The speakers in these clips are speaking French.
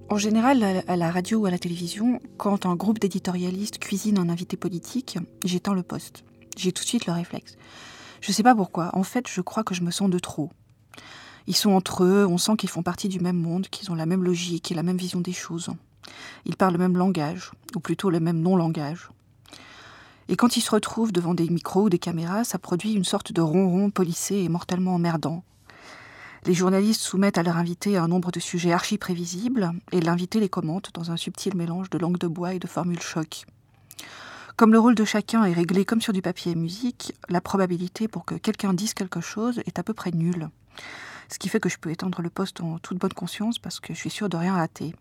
En général, à la radio ou à la télévision, quand un groupe d'éditorialistes cuisine un invité politique, j'éteins le poste. J'ai tout de suite le réflexe. Je sais pas pourquoi. En fait, je crois que je me sens de trop. Ils sont entre eux, on sent qu'ils font partie du même monde, qu'ils ont la même logique et la même vision des choses. Ils parlent le même langage, ou plutôt le même non-langage. Et quand ils se retrouvent devant des micros ou des caméras, ça produit une sorte de ronron policé et mortellement emmerdant. Les journalistes soumettent à leur invité un nombre de sujets archi-prévisibles, et l'invité les commente dans un subtil mélange de langue de bois et de formules choc. Comme le rôle de chacun est réglé comme sur du papier et musique, la probabilité pour que quelqu'un dise quelque chose est à peu près nulle. Ce qui fait que je peux éteindre le poste en toute bonne conscience parce que je suis sûre de rien rater.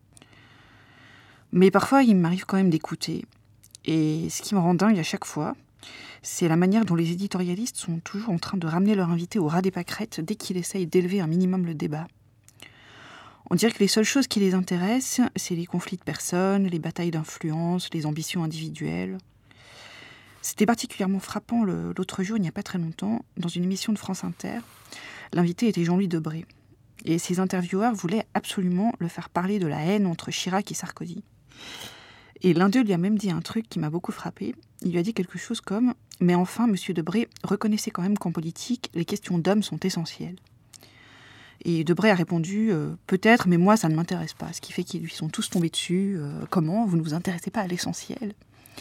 Mais parfois, il m'arrive quand même d'écouter. Et ce qui me rend dingue à chaque fois, c'est la manière dont les éditorialistes sont toujours en train de ramener leur invité au ras des pâquerettes dès qu'ils essayent d'élever un minimum le débat. On dirait que les seules choses qui les intéressent, c'est les conflits de personnes, les batailles d'influence, les ambitions individuelles. C'était particulièrement frappant l'autre jour, il n'y a pas très longtemps, dans une émission de France Inter. L'invité était Jean-Louis Debré. Et ses intervieweurs voulaient absolument le faire parler de la haine entre Chirac et Sarkozy. Et l'un d'eux lui a même dit un truc qui m'a beaucoup frappé. Il lui a dit quelque chose comme « Mais enfin, monsieur Debré, reconnaissez quand même qu'en politique, les questions d'hommes sont essentielles. » Et Debré a répondu « Peut-être, mais moi, ça ne m'intéresse pas. » Ce qui fait qu'ils lui sont tous tombés dessus. « Comment ? Vous ne vous intéressez pas à l'essentiel ?»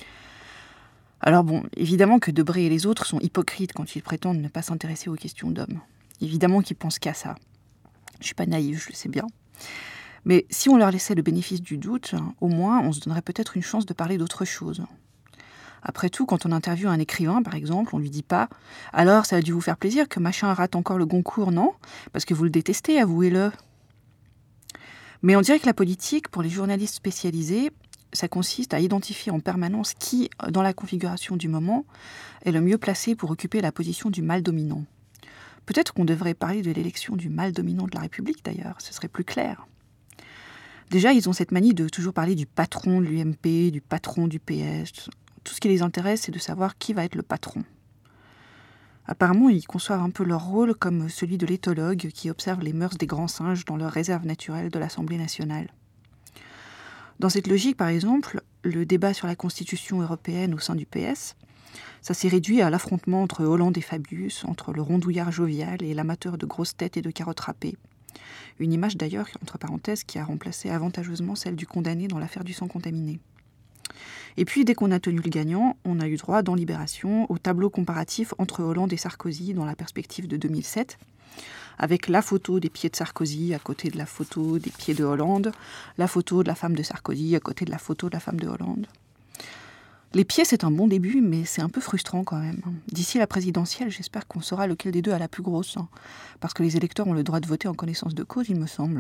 Alors bon, évidemment que Debré et les autres sont hypocrites quand ils prétendent ne pas s'intéresser aux questions d'hommes. Évidemment qu'ils pensent qu'à ça. Je suis pas naïve, je le sais bien. Mais si on leur laissait le bénéfice du doute, au moins on se donnerait peut-être une chance de parler d'autre chose. Après tout, quand on interviewe un écrivain, par exemple, on lui dit pas « Alors, ça a dû vous faire plaisir que machin rate encore le Goncourt, non ? Parce que vous le détestez, avouez-le. » Mais on dirait que la politique, pour les journalistes spécialisés, ça consiste à identifier en permanence qui, dans la configuration du moment, est le mieux placé pour occuper la position du mâle dominant. Peut-être qu'on devrait parler de l'élection du mâle dominant de la République, d'ailleurs, ce serait plus clair. Déjà, ils ont cette manie de toujours parler du patron de l'UMP, du patron du PS. Tout ce qui les intéresse, c'est de savoir qui va être le patron. Apparemment, ils conçoivent un peu leur rôle comme celui de l'éthologue qui observe les mœurs des grands singes dans leur réserve naturelle de l'Assemblée nationale. Dans cette logique, par exemple, le débat sur la Constitution européenne au sein du PS, ça s'est réduit à l'affrontement entre Hollande et Fabius, entre le rondouillard jovial et l'amateur de grosses têtes et de carottes râpées. Une image d'ailleurs, entre parenthèses, qui a remplacé avantageusement celle du condamné dans l'affaire du sang contaminé. Et puis, dès qu'on a tenu le gagnant, on a eu droit, dans Libération, au tableau comparatif entre Hollande et Sarkozy dans la perspective de 2007, avec la photo des pieds de Sarkozy à côté de la photo des pieds de Hollande, la photo de la femme de Sarkozy à côté de la photo de la femme de Hollande. Les pieds, c'est un bon début, mais c'est un peu frustrant quand même. D'ici la présidentielle, j'espère qu'on saura lequel des deux a la plus grosse, parce que les électeurs ont le droit de voter en connaissance de cause, il me semble.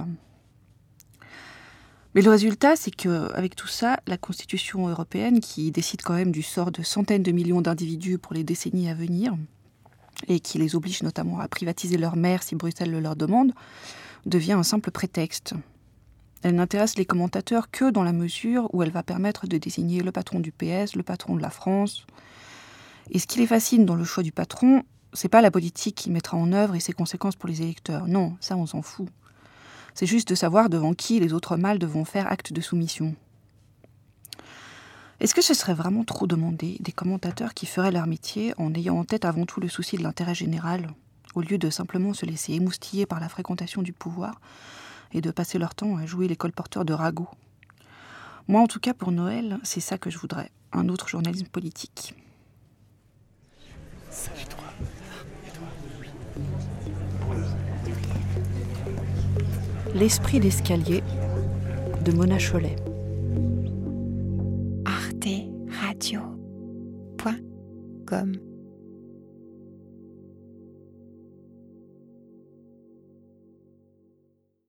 Mais le résultat, c'est qu'avec tout ça, la Constitution européenne, qui décide quand même du sort de centaines de millions d'individus pour les décennies à venir, et qui les oblige notamment à privatiser leur mer si Bruxelles le leur demande, devient un simple prétexte. Elle n'intéresse les commentateurs que dans la mesure où elle va permettre de désigner le patron du PS, le patron de la France. Et ce qui les fascine dans le choix du patron, c'est pas la politique qu'il mettra en œuvre et ses conséquences pour les électeurs. Non, ça on s'en fout. C'est juste de savoir devant qui les autres mâles devront faire acte de soumission. Est-ce que ce serait vraiment trop demandé des commentateurs qui feraient leur métier en ayant en tête avant tout le souci de l'intérêt général, au lieu de simplement se laisser émoustiller par la fréquentation du pouvoir et de passer leur temps à jouer les colporteurs de ragots? Moi, en tout cas, pour Noël, c'est ça que je voudrais. Un autre journalisme politique. L'esprit d'escalier de Mona Chollet. arteradio.com